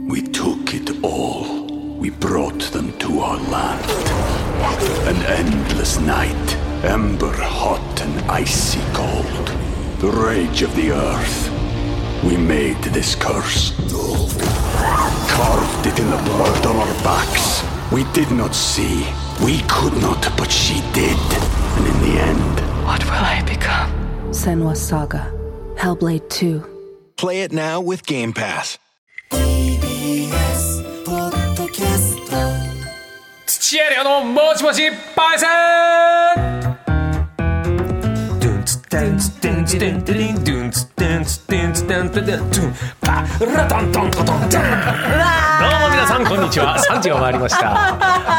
We took it all. We brought them to our land. An endless night, ember hot and icy cold. The rage of the earth. We made this curse. Carved it in the blood on our backs. We did not see. We could not, but she did. And in the end, what will I become? Senua's Saga. Hellblade 2. Play it now with Game Pass. TBS ポッドキャスト土屋亮のもしもしパイセンドゥンツテンツテンツテンテリンドゥンツテンツテンツテンテリンドゥンパラトントントントンどうも皆さんこんにちは。3時を回りました。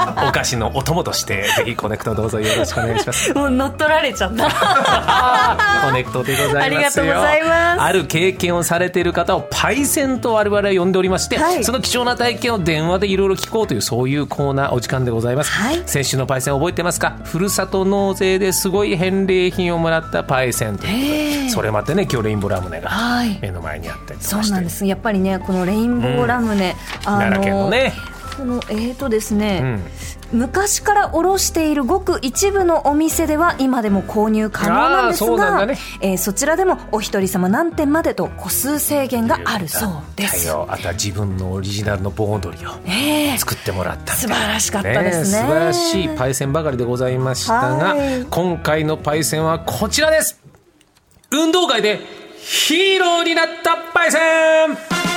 お菓子のお供としてぜひコネクトどうぞよろしくお願いします。 もう乗っ取られちゃったコネクトでございますよ。 ありがとうございます。 ある経験をされている方をパイセンと我々は呼んでおりまして、はい、その貴重な体験を電話でいろいろ聞こうというそういうコーナーお時間でございます、はい、先週のパイセン覚えてますか？ふるさと納税ですごい返礼品をもらったパイセンというそれまでね今日レインボーラムネが目の前にあって、はい、 そうなんです。やっぱりねこのレインボーラムネ、 奈良県のねこのですね、昔から卸しているごく一部のお店では今でも購入可能なんですが、そちらでもお一人様何点までと個数制限があるそうです。 あとは自分のオリジナルの盆踊りを作ってもらった、 素晴らしかったですね。 素晴らしいパイセンばかりでございましたが、今回のパイセンはこちらです。運動会でヒーローになったパイセン。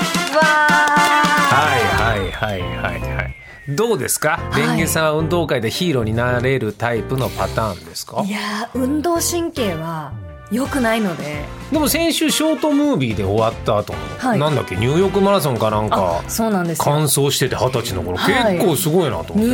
どうですか？レンゲさんは運動会でヒーローになれるタイプのパターンですか？ いや運動神経は良くないので。 でも先週ショートムービーで終わった後の、はい、なんだっけニューヨークマラソンかなんかそうなんです完走してて20歳の頃、はい、結構すごいなと思って、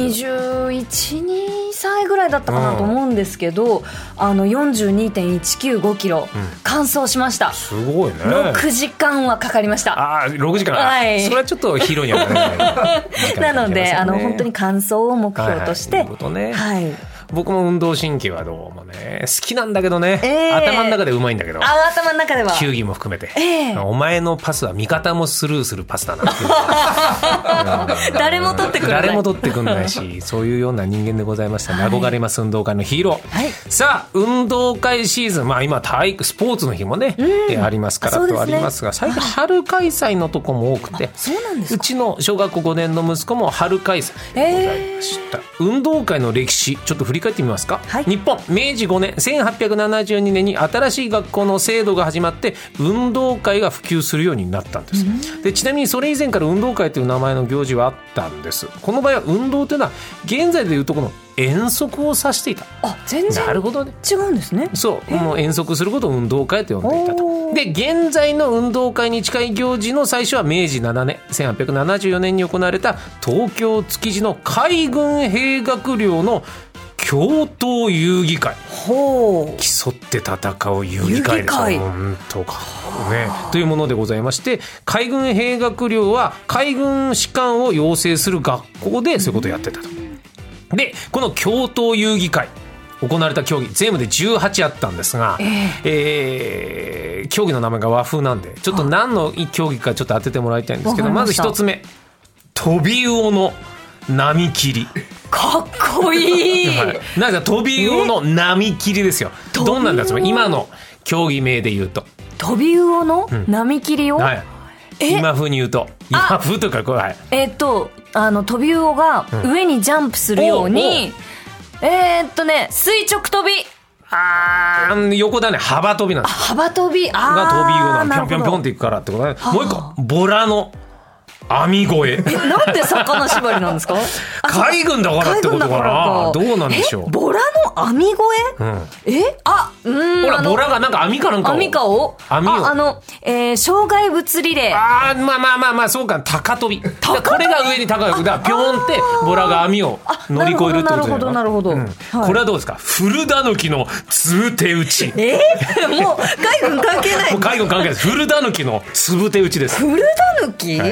21、2歳ぐらいだったかなと思うんですけど、42.195 キロ完走しました。 すごいね。 6時間はかかりました。 6時間、 はい、 それはちょっとヒーローにはなれないなので本当に完走を目標として、 僕も運動神経はどうもね好きなんだけどね、頭の中でうまいんだけど、 頭の中では球技も含めて、お前のパスは味方もスルーするパスだなっていう誰も取ってくれない、 誰も取ってくんないしそういうような人間でございました、憧れます運動会のヒーロー、はい、さあ運動会シーズン、今体育スポーツの日もね、ありますからとありますが、最近春開催のとこも多くて、 そうなんですか。 うちの小学校5年の息子も春開催でございました、運動会の歴史ちょっと振り返ってみますか、はい、日本明治5年1872年に新しい学校の制度が始まって運動会が普及するようになったんです、でちなみにそれ以前から運動会という名前の行事はあったんです。この場合は運動というのは現在でいうとこの遠足を指していた。 全然なるほどね、 違うんですね。 そうもう遠足することを運動会と呼んでいたと。で現在の運動会に近い行事の最初は明治7年1874年に行われた東京築地の海軍兵学寮の共闘遊戯会、競って戦う遊戯会ですよ本当か、というものでございまして、海軍兵学寮は海軍士官を養成する学校でそういうことをやってたと。でこの共闘遊戯会行われた競技全部で18あったんですが、競技の名前が和風なんでちょっと何の競技かちょっと当ててもらいたいんですけど、まず一つ目飛び魚の波切り。 かっこいい、 なんか飛び魚の波切りですよ。どんなんだつまり今の競技名で言うと飛び魚の波切りを、 今風に言うと今風とかこれ、 飛び魚が上にジャンプするように、垂直跳び、 横だね、幅跳びなんです。 幅跳びが飛び魚のピョンピョンピョンっていくからってことね。もう一個ボラの網越え。 なんで魚縛りなんですか？ 海軍だからってことかな。どうなんでしょう。 ボラの網越え？ ほらボラがなんか網かなんかを障害物リレー。 まあそうか、高跳び。これが上に高いだピョンってボラが網を乗り越えるってことだよ。 なるほど。 これはどうですか？古田抜きのつぶて打ち。 もう海軍関係ない。 もう海軍関係ないです。古田抜きのつぶて打ちです。 古田抜き？ 古田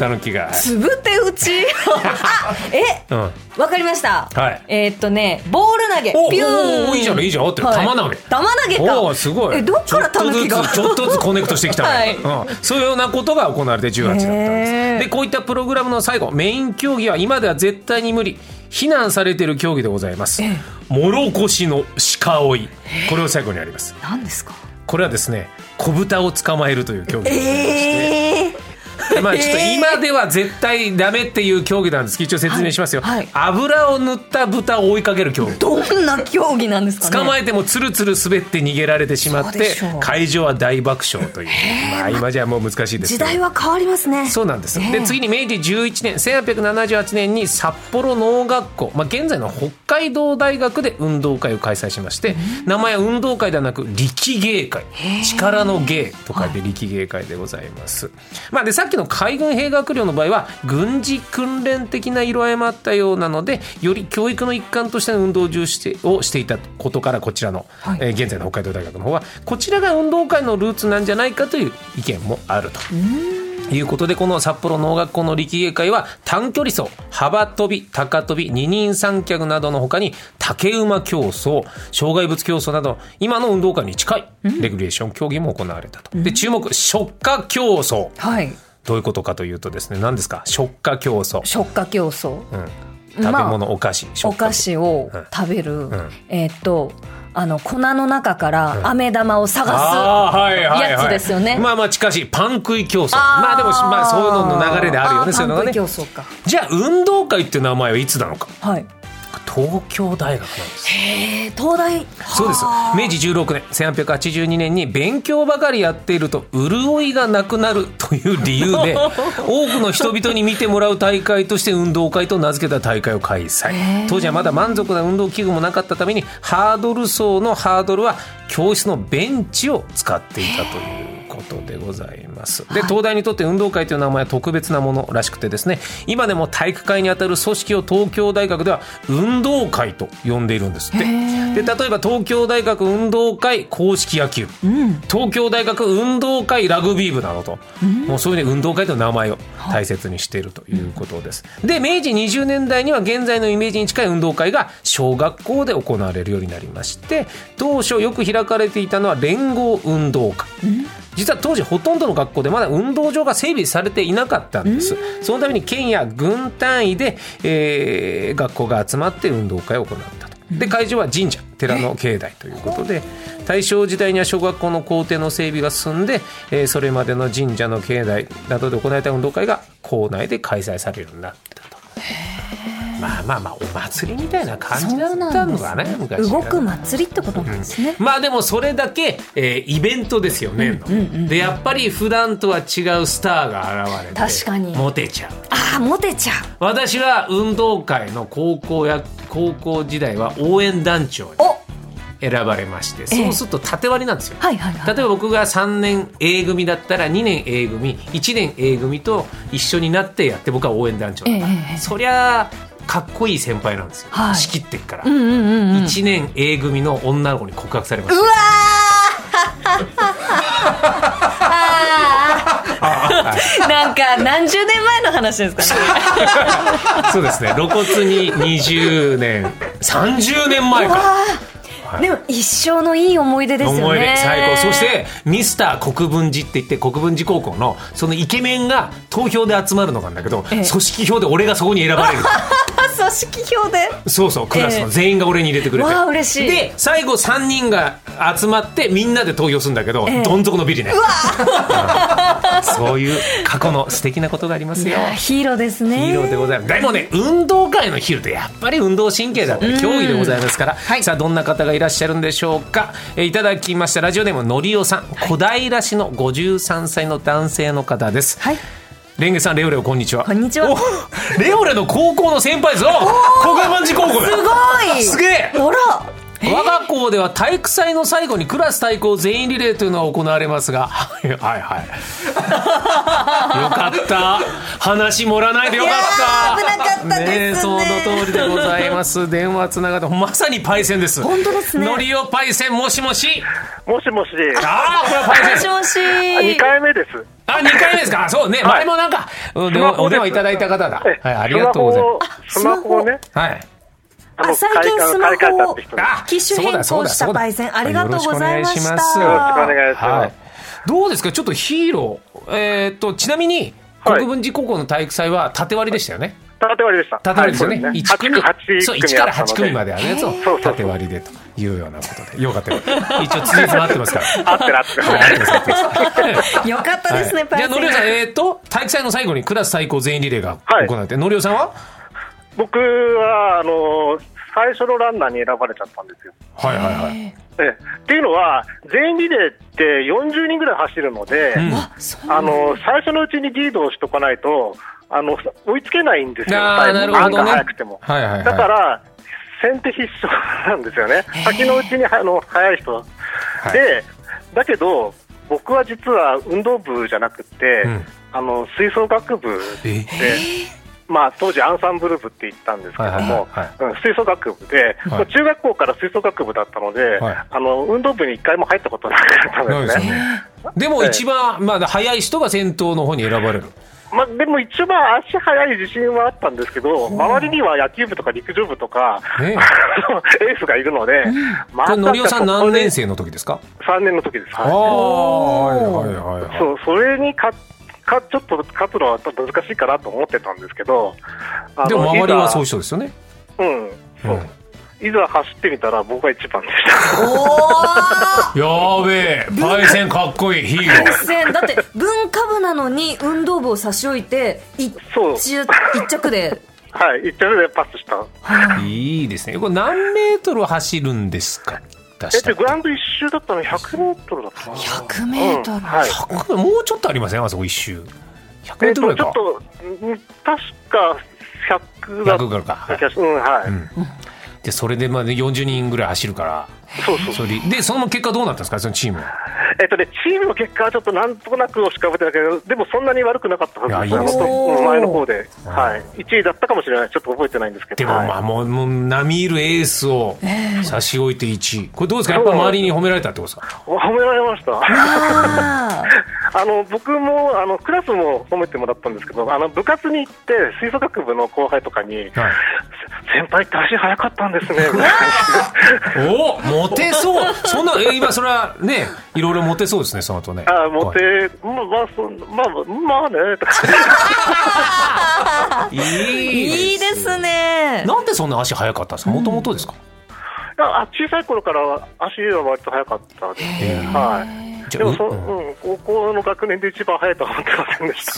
たぬきが。 つぶて打ちわかりました。ボール投げ。ピューン。 いいじゃんいいじゃん。って玉投げ。 玉投げか。 おすごい。 どっからたぬきがちょっとずつコネクトしてきたそういうようなことが行われて18だったんです。でこういったプログラムの最後、メイン競技は今では絶対に無理、非難されている競技でございます。もろこしの鹿追い、これを最後にあります。 何ですか。 これはですね、子豚を捕まえるという競技でございまして、ちょっと今では絶対ダメっていう競技なんです。一応説明しますよ、油を塗った豚を追いかける競技。 どんな競技なんですかね。 捕まえてもつるつる滑って逃げられてしまって会場は大爆笑という、今じゃもう難しいですけど時代は変わりますね。 そうなんです。で次に明治11年1878年に札幌農学校、現在の北海道大学で運動会を開催しまして、名前は運動会ではなく力芸会、力の芸と書いて力芸会でございます。でさっきの海軍兵学寮の場合は軍事訓練的な色合いもあったようなので、より教育の一環としての運動をしていたことから、こちらの、現在の北海道大学の方はこちらが運動会のルーツなんじゃないかという意見もあるということで、この札幌農学校の力芸会は短距離走、幅跳び、高跳び、二人三脚などの他に竹馬競争、障害物競争など今の運動会に近いレギュレーション競技も行われたと。で注目、触火競争、どういうことかというとですね、何ですか触火競争。 触火競争、 食べ物、お菓子を食べる、粉の中から飴玉を探すやつですよね。 近しいパン食い競争。でもそういうのの流れであるよね。そういうのがね。じゃあ運動会っていう名前はいつなのか。東京大学なんです。 東大。 そうです。明治16年1882年に勉強ばかりやっていると潤いがなくなるという理由で多くの人々に見てもらう大会として運動会と名付けた大会を開催。当時はまだ満足な運動器具もなかったために、ハードル走のハードルは教室のベンチを使っていたということでございます。で東大にとって運動会という名前は特別なものらしくてですね、今でも体育会にあたる組織を東京大学では運動会と呼んでいるんですって。で例えば東京大学運動会硬式野球、東京大学運動会ラグビー部などと、もうそういう、運動会という名前を大切にしているということです。で明治20年代には現在のイメージに近い運動会が小学校で行われるようになりまして、当初よく開かれていたのは連合運動会。実は当時ほとんどの学校でまだ運動場が整備されていなかったんです。そのために県や郡単位で、学校が集まって運動会を行ったと。で会場は神社、寺の境内ということで、大正時代には小学校の校庭の整備が進んで、それまでの神社の境内などで行われた運動会が校内で開催されるようになったと。お祭りみたいな感じだったのかね、昔。 動く祭りってことなんですね。 でもそれだけ、イベントですよね、でやっぱり普段とは違うスターが現れて、 確かにモテちゃう。 モテちゃう。 私は運動会の高校時代は応援団長に選ばれまして、そうすると縦割りなんですよ。例えば僕が3年 A 組だったら2年 A 組、1年 A 組と一緒になってやって、僕は応援団長だから、そりゃかっこいい先輩なんですよ、仕切ってっから、1年 A 組の女の子に告白されました。うわなんか何十年前の話ですかね。 そうですね、露骨に20年30年前か。 でも一生のいい思い出ですよね。 思い出最高。そしてミスター国分寺って言って、国分寺高校のそのイケメンが投票で集まるのなんだけど、組織票で俺がそこに選ばれる。 組織票で。 そうクラスの全員が俺に入れてくれて、 嬉しい。 で最後3人が集まってみんなで投票するんだけど、どん底のビリね。そういう過去の素敵なことがありますよ。 ヒーローですね。 ヒーローでございます。でもね、運動会のヒーローってやっぱり運動神経だったり競技でございますから、さあどんな方がいらっしゃるんでしょうか。いただきましたラジオネームのりおさん、小平市の53歳の男性の方です。レンゲさん、レオレオこんにちは。 こんにちは。 レオレの高校の先輩ですよ。国分寺高校だ。 すごい。 すげえ。 ほら。 我が校では体育祭の最後にクラス対抗全員リレーというのが行われますが、よかった話盛らないでよかった。 危なかったですね。 その通りでございます。電話つながってまさにパイセンです。 本当ですね。 のりおパイセン、もしもし。 もしもし。 これはパイセン。 もしもし。 2回目です。 2回目ですか。そうね、前もなんかお電話いただいた方だ。はい、ありがとうございます。 スマホをね、 はい。 最近スマホをあ、 機種変更したパイセン、ありがとうございました。 よろしくお願いします。 どうですか、ちょっとヒーロー、ちなみに国分寺高校の体育祭は縦割りでしたよね。 縦割りでした。 縦割りですよね。1組、そう、1から8組でまであるやつを縦割りでというようなことで、よかったよ。一応辻褄合ってますから。 合ってる。 よかったですね、パイセン。 じゃあのりおさん、体育祭の最後にクラス最高全員リレーが行われて、のりおさんは？ 僕は最初のランナーに選ばれちゃったんですよ。 はいはいはい。 っていうのは全員リレーって40人ぐらい走るので、最初のうちにリードをしとかないと追いつけないんですよ。 なるほどね。 早くても。だから先手必勝なんですよね。先のうちに速い人で、だけど僕は実は運動部じゃなくて、吹奏楽部で。当時アンサンブル部って言ったんですけども、吹奏楽部で、中学校から吹奏楽部だったので、運動部に1回も入ったことなかったんですね。 でも一番、速い人が先頭の方に選ばれる。 でも一番足速い自信はあったんですけど、周りには野球部とか陸上部とか、エースがいるので、 のりおさん何年生の時ですか ？3年の時です。それにちょっと勝つのは難しいかなと思ってたんですけど、 でも周りはそういう人ですよね。 いざ走ってみたら僕が一番でした。 やべえ、パイセンかっこいいヒーロー。 だって文化部なのに運動部を差し置いて一着ではい、一着でパスした。 いいですね。これ何メートル走るんですか？ グラウンド一周だったの100メートルだったかな。 100メートル、 もうちょっとありません？あそこ一周100メートルぐらいか。 ちょっと確か100だった気がする。 でそれで40人ぐらい走るから。でその結果どうなったんですか、そのチームは？ チームの結果はちょっとなんとなく押しかぶってたけど、でもそんなに悪くなかったはずです。前の方で、1位だったかもしれない。ちょっと覚えてないんですけど。 でももう並みいるエースを差し置いて1位。これどうですか？やっぱ周りに褒められたってことですか？ 褒められました。僕もクラスも褒めてもらったんですけど、部活に行って吹奏楽部の後輩とかに、先輩って足速かったんですね。 お、モテそう。そんな今それはね、いろいろモテそうですね、その後ね。 モテ、まあね。 いいですね。 なんでそんな足速かったんですか？もともとですか？ 小さい頃から足は割と速かったですね。でも高校の学年で一番速いとは思ってませんでした。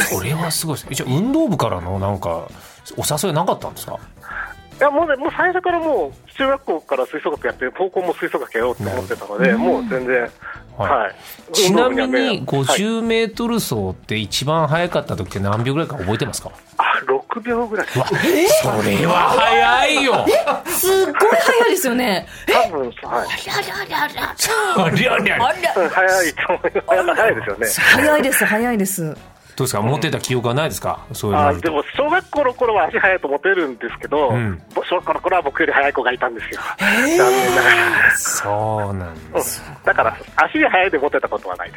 それはすごいですね。じゃあ運動部からのなんかお誘いなかったんですか？ いやもう最初からもう中学校から吹奏楽やって高校も吹奏楽やろうと思ってたので、もう全然、 ちなみに50メートル走って一番速かった時って何秒ぐらいか覚えてますか ？6秒ぐらい。 それは速いよ。 すっごい速いですよね。 多分早いと思います。早いですよね。 早いです。 どうですか？持ってた記憶はないですか？そういうの。 でも小学校の頃は足速いと思ってるんですけど、小学校の頃は僕より速い子がいたんですよ。残念ながら。 そうなんです。 だから足が速いで持ってたことはないです。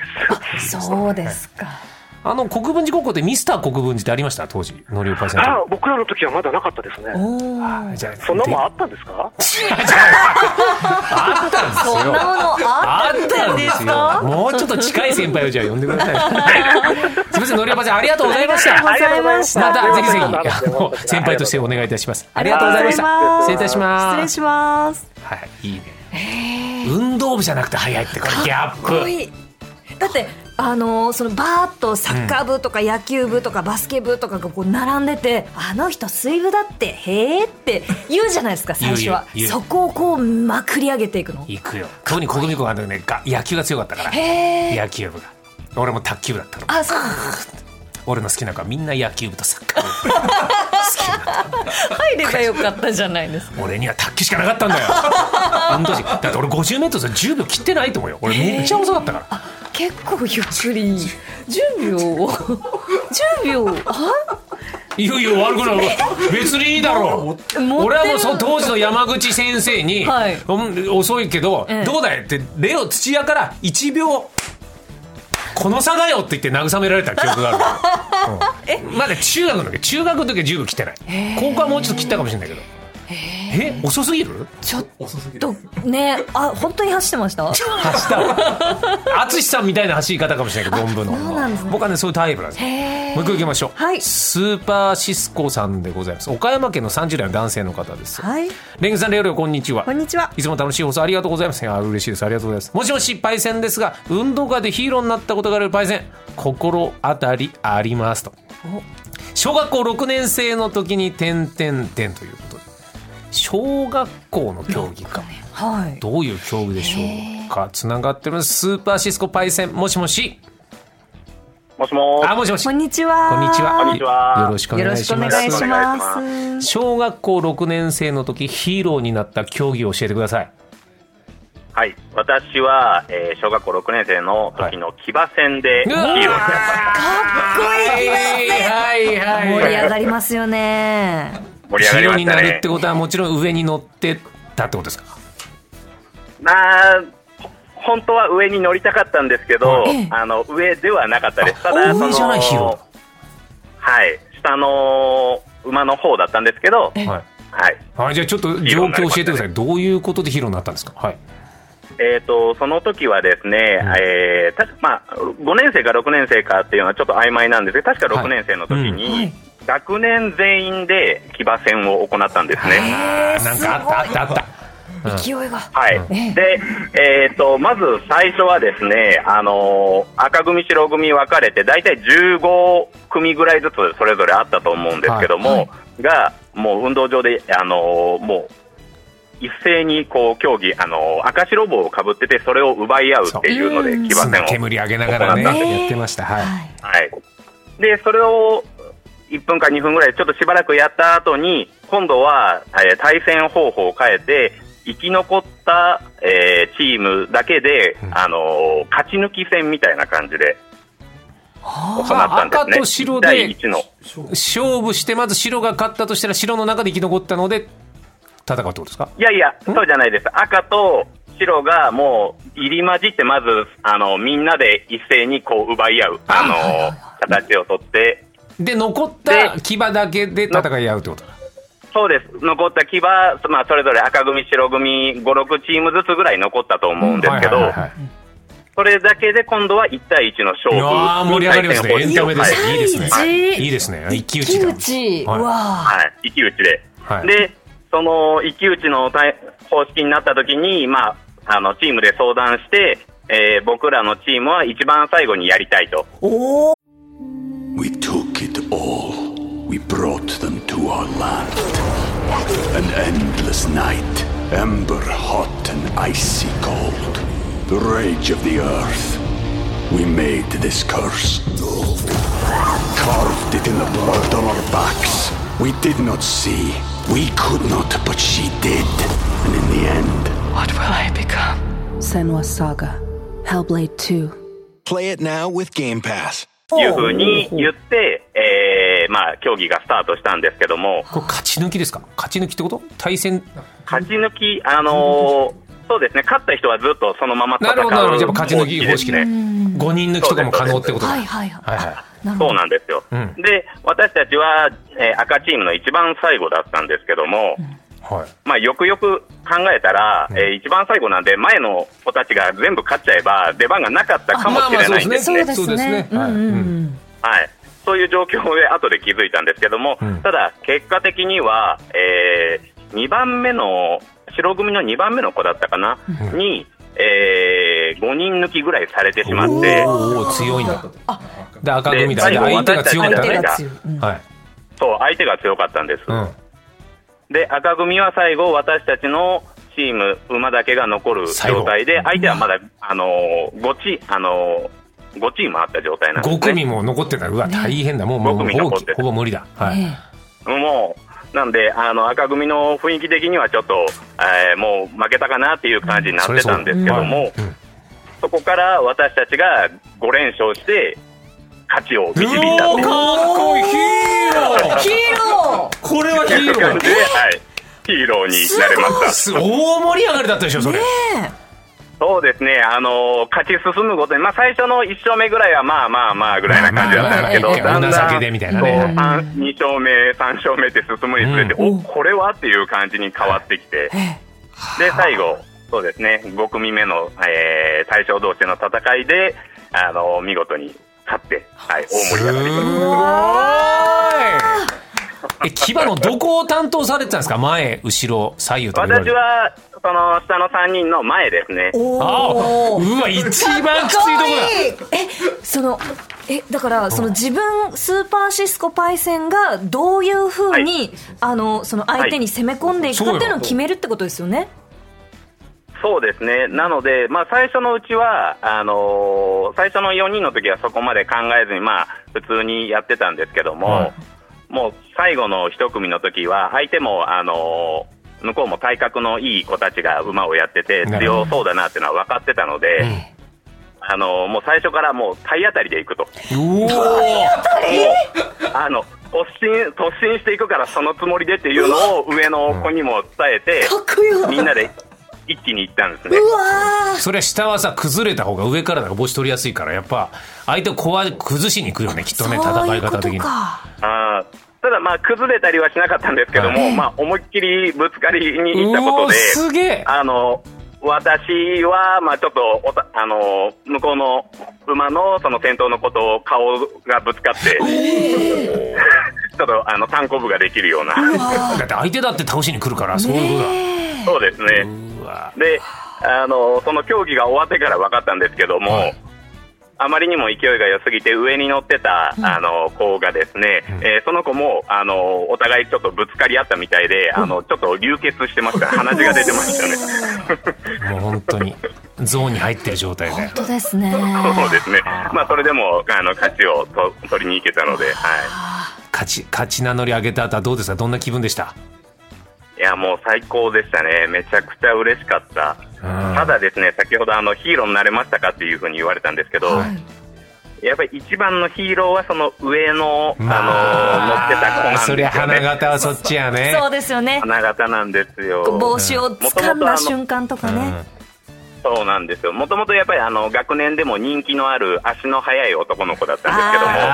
そうですか。 国分寺高校でミスター国分寺ってありました？当時のりおパイセン。 僕らの時はまだなかったですね。そんなもんあったんですか？ あったんですよ。 そんなものあったんですか？ もうちょっと近い先輩をじゃあ呼んでください。すみません、のりおパイセンありがとうございました。 またぜひぜひ先輩としてお願いいたします。ありがとうございました。失礼いたします。 失礼します。 はい、いいね。運動部じゃなくて速いってこれギャップ。 だってそのバーッとサッカー部とか野球部とかバスケ部とかがこう並んでて、あの人水部だってへーって言うじゃないですか。最初はそこをこうまくり上げていくの。 いくよ。特に国民校がね、野球が強かったから。野球部が。俺も卓球部だったの。 そう。 俺の好きな子はみんな野球部とサッカー部好きだった。 入ればよかったじゃないですか。 俺には卓球しかなかったんだよ。だって俺50メートル10秒切ってないと思うよ。俺めっちゃ遅かったから。 結構ゆっくり10秒いよいよ悪くなる。別にいいだろう。俺はもう当時の山口先生に、遅いけど、どうだいってレオ土屋から1秒この差だよって言って慰められた記憶がある、まだ中学の時は10分切ってない。高校はもうちょっと切ったかもしれないけど。遅すぎる？ ちょっとね、本当に走ってました？ 走った淳さんみたいな走り方かもしれないけど、論文の、僕はねそういうタイプなんです。もう一個いきましょう、はい、スーパーシスコさんでございます。岡山県の30代の男性の方です。はい、レンゲさん、レオレオ、こんにちは。 こんにちは。 いつも楽しい放送ありがとうございます。嬉しいです。ありがとうございます。もしもし、パイセンですが、運動会でヒーローになったことがあるパイセン、心当たりありますと。小学校6年生の時に点ということで、小学校の競技か、はい、どういう競技でしょうか。つながってるスーパーシスコパイセン、もしもし。 もしもし。 もしもし。 こんにちは。 こんにちは。 よろしくお願いします。小学校6年生の時ヒーローになった競技を教えてください。 はい、私は、小学校6年生の時の騎馬戦でヒーローになりました。かっこいい騎馬戦、盛り上がりますよね。 盛り上がりましたね。ヒーローになるってことはもちろん上に乗ってたってことですか？ 本当は上に乗りたかったんですけど、上ではなかったです。ただ上じゃないヒーロー。 はい、下の馬の方だったんですけど、 はい。じゃあちょっと状況教えてください。どういうことでヒーローになったんですか？はい。 その時はですね、5年生か6年生かっていうのはちょっと曖昧なんですけど、確か6年生の時に、学年全員で騎馬戦を行ったんですね。 なんかあった。 勢いが。 はい。で、まず最初はですね、赤組白組分かれてだいたい15組ぐらいずつそれぞれあったと思うんですけども、もう運動場でもう一斉にこう競技、赤白帽をかぶっててそれを奪い合うっていうので騎馬戦を煙上げながらねやってました。はい。 でそれを1分か2分ぐらいちょっとしばらくやった後に、今度は、対戦方法を変えて生き残った、チームだけで、勝ち抜き戦みたいな感じで行ったんですね。 赤と白で勝負して、まず白が勝ったとしたら白の中で生き残ったので戦うってことですか？ いやそうじゃないです。赤と白がもう入り混じって、まずみんなで一斉にこう奪い合う形をとって、 で残った騎馬だけで戦い合うってことだ。 そうです。残った騎馬、それぞれ赤組白組 5,6 チームずつぐらい残ったと思うんですけど、それだけで今度は1対1の勝負。 盛り上がりますね。エンタメです。いいですね。いいですね。一騎打ちだ。 一騎打ちで。でその一騎打ちの方式になった時に、チームで相談して、僕らのチームは一番最後にやりたいと。 We took it all. We brought them to our land. An endless night, ember hot and icy cold. The rage of the earth. We made this curse. Carved it in the blood on our backs. We did not see. We could not, but she did. And in the end... What will I become? Senua's Saga. Hellblade 2. Play it now with Game Pass. いう風に言って、競技がスタートしたんですけども。 これ勝ち抜きですか？勝ち抜きってこと？対戦？ 勝ち抜き、そうですね、勝った人はずっとそのまま戦う。 なるほど、やっぱ勝ち抜き方式で。5人抜きとかも可能ってことだ。 そうなんですよ。で、私たちは、赤チームの一番最後だったんですけども、よくよく考えたら、一番最後なんで前の子たちが全部勝っちゃえば出番がなかったかもしれないんですね。 そうですね。 そういう状況で後で気づいたんですけども、ただ結果的には、2番目の白組の2番目の子だったかな、に、5人抜きぐらいされてしまって、 強いんだ。で赤組だ。相手が強かったね。 そう、相手が強かったんです。で赤組は最後私たちのチーム馬だけが残る状態で、相手はまだ5チームあった状態なんですね。 5組も残ってた。うわ大変だ。もうほぼ無理だ。 もうなんで赤組の雰囲気的にはちょっと、もう負けたかなっていう感じになってたんですけども、そこから私たちが5連勝して勝ちを導いたっていう。かっこいい。ヒーロー。これはヒーロー。 ヒーローになれました。 大盛り上がりだったでしょそれ。 そうですね、勝ち進むごとに、最初の1勝目ぐらいはまあぐらいな感じだったんですけど、だんだん情けでみたいなね、 2勝目、3勝目って進むにつれて、これはっていう感じに変わってきて、で最後、そうですね、5組目の、大将同士の戦いで見事に勝って、大盛り上がりました。 騎馬のどこを担当されてたんですか？前、後ろ、左右とか。 私はその下の3人の前ですね。 うわ、一番きついとこだ。だからその自分スーパーシスコパイセンがどういう風に、その相手に攻め込んでいくかっていうのを決めるってことですよね。 そうですね。なので、最初のうちは最初の4人の時はそこまで考えずに普通にやってたんですけども、もう最後の一組の時は相手も向こうも体格のいい子たちが馬をやってて強そうだなっていうのは分かってたので、もう最初からもう体当たりでいくと。体当たり？突進していくからそのつもりでっていうのを上の子にも伝えて、みんなで一気に行ったんですね。 それは下はさ、崩れた方が上からだから帽子取りやすいから、やっぱ相手を崩しに行くよね、きっとね、戦い方的に。 ただ崩れたりはしなかったんですけども、思いっきりぶつかりに行ったことで、 すげえ。 私はちょっと向こうの馬のその先頭の子と顔がぶつかってちょっと単行部ができるような。 だって相手だって倒しに来るから、そういうことだ。そうですね。でその競技が終わってから分かったんですけども、あまりにも勢いが良すぎて上に乗ってた子がですね、その子もお互いちょっとぶつかり合ったみたいで、ちょっと流血してました。鼻血が出てましたね。もう本当にゾーンに入ってる状態で。 本当ですね。 そうですね。それでも勝ちを取りに行けたので、 勝ち名乗り上げた後はどうですか？どんな気分でした？ いや、もう最高でしたね。めちゃくちゃ嬉しかった。ただですね、先ほどヒーローになれましたかっていうふうに言われたんですけど、やっぱり一番のヒーローはその上の、乗ってた子なんですよね。 そりゃ花形はそっちやね。 そうですよね。 花形なんですよ。 帽子を掴んだ瞬間とかね。 そうなんですよ。もともとやっぱり学年でも人気のある足の速い男の子だったんです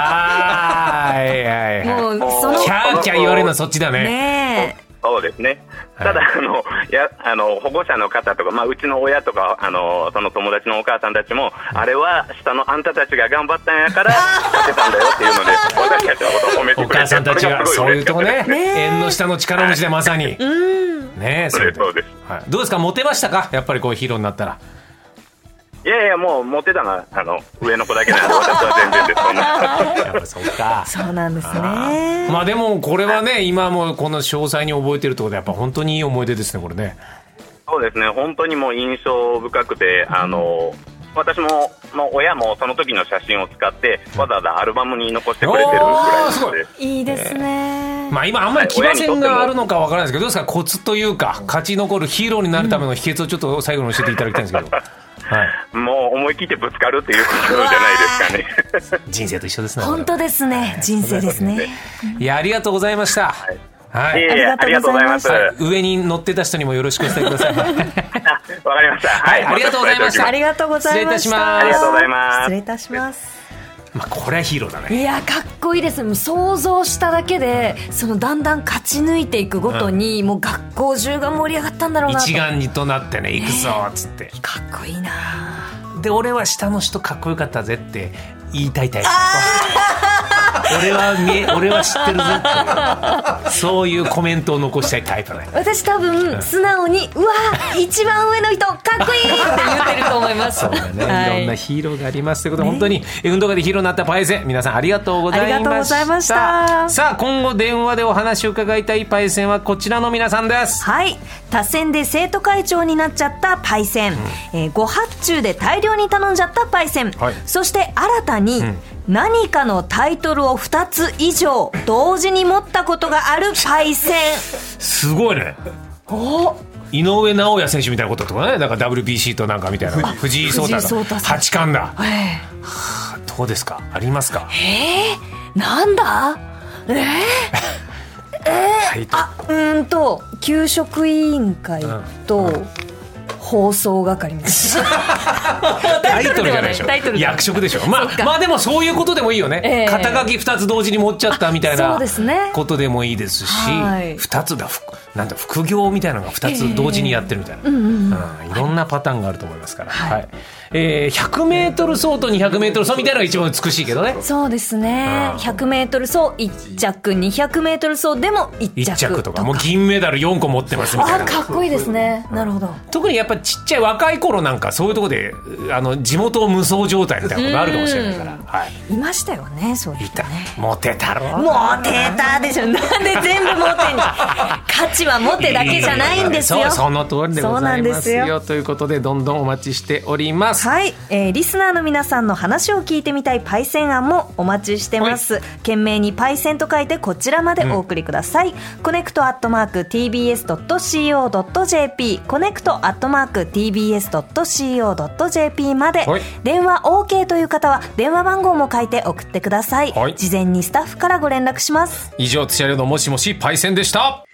けども、 もうキャーキャー言われるのはそっちだね。 ねえ。 そうですね。ただ保護者の方とか、うちの親とかその友達のお母さんたちも、あれは下のあんたたちが頑張ったんやから勝てたんだよっていうので、私たちのことを褒めてくれて、 お母さんたちがそういうとこね、縁の下の力持ちでまさに。ね、 そうです。どうですか？モテましたか？やっぱりこうヒーローになったら。 いやもうモテたのは上の子だけなんで、私は全然です。 やっぱそうか。 そうなんですね。 でもこれはね、今もこの詳細に覚えてるってことで、やっぱ本当にいい思い出ですね、これね。 そうですね、本当にもう印象深くて、私も親もその時の写真を使ってわざわざアルバムに残してくれてるぐらいです。 いいですね。 今あんまり騎馬戦があるのかわからないですけど、どうですか？コツというか、勝ち残るヒーローになるための秘訣をちょっと最後に教えていただきたいんですけど。 もう思い切ってぶつかるっていうことじゃないですかね。 人生と一緒ですね。 本当ですね。人生ですね。 いや、ありがとうございました。 ありがとうございます。 上に乗ってた人にもよろしくお伝えください。 わかりました。 ありがとうございました。 ありがとうございました。 ありがとうございます。 失礼いたします。 これはヒーローだね。 いや、かっこいいです。もう想像しただけでだんだん勝ち抜いていくごとに、もう学校中が盛り上がったんだろうなと。 一丸となってね、行くぞっつって、 かっこいいな。 で、俺は下の人かっこよかったぜって言いたいタイプ。俺は知ってるぜってそういうコメントを残したいタイプね。 私多分素直にうわ一番上の人かっこいいって言ってると思います。 そうだね、いろんなヒーローがありますということで、本当に運動会でヒーローになったパイセン、皆さんありがとうございました。 ありがとうございました。 さあ、今後電話でお話を伺いたいパイセンはこちらの皆さんです。 はい、多選で生徒会長になっちゃったパイセン、ご発注で大量に頼んじゃったパイセン、そして新たに、何かのタイトルを2つ以上同時に持ったことがあるパイセン。 すごいね。井上尚弥選手みたいなこととかね、だから WBC となんかみたいな、藤井聡太八冠だ。どうですか？ありますか？ なんだ？給食委員会と、 放送係みたいなタイトルじゃないでしょ、役職でしょ。まあでもそういうことでもいいよね、肩書き2つ同時に持っちゃったみたいなことでもいいですし、2つだなんだ副業みたいなのが2つ同時にやってるみたいな、いろんなパターンがあると思いますから、100メートル走と200メートル走みたいなのが一番美しいけどね。 そうですね、100メートル走1着、200メートル走でも1着とか、もう銀メダル4個持ってますみたいな。 かっこいいですね。なるほど。 特にやっぱりちっちゃい若い頃なんかそういうところで地元無双状態みたいなことあるかもしれないから、 いましたよね、そういう人ね。 モテたろ、 モテたでしょ。なんで全部モテに価値はモテだけじゃないんですよ。 その通りでございますよ。ということでどんどんお待ちしております。 はい、リスナーの皆さんの話を聞いてみたいパイセン案もお待ちしてます。懸命にパイセンと書いてこちらまでお送りください。コネクト@tbs.co.jp コネクト@tbs.co.jp まで、電話 OK という方は電話番号も書いて送ってください。事前にスタッフからご連絡します。 以上、土屋亮のもしもしパイセンでした。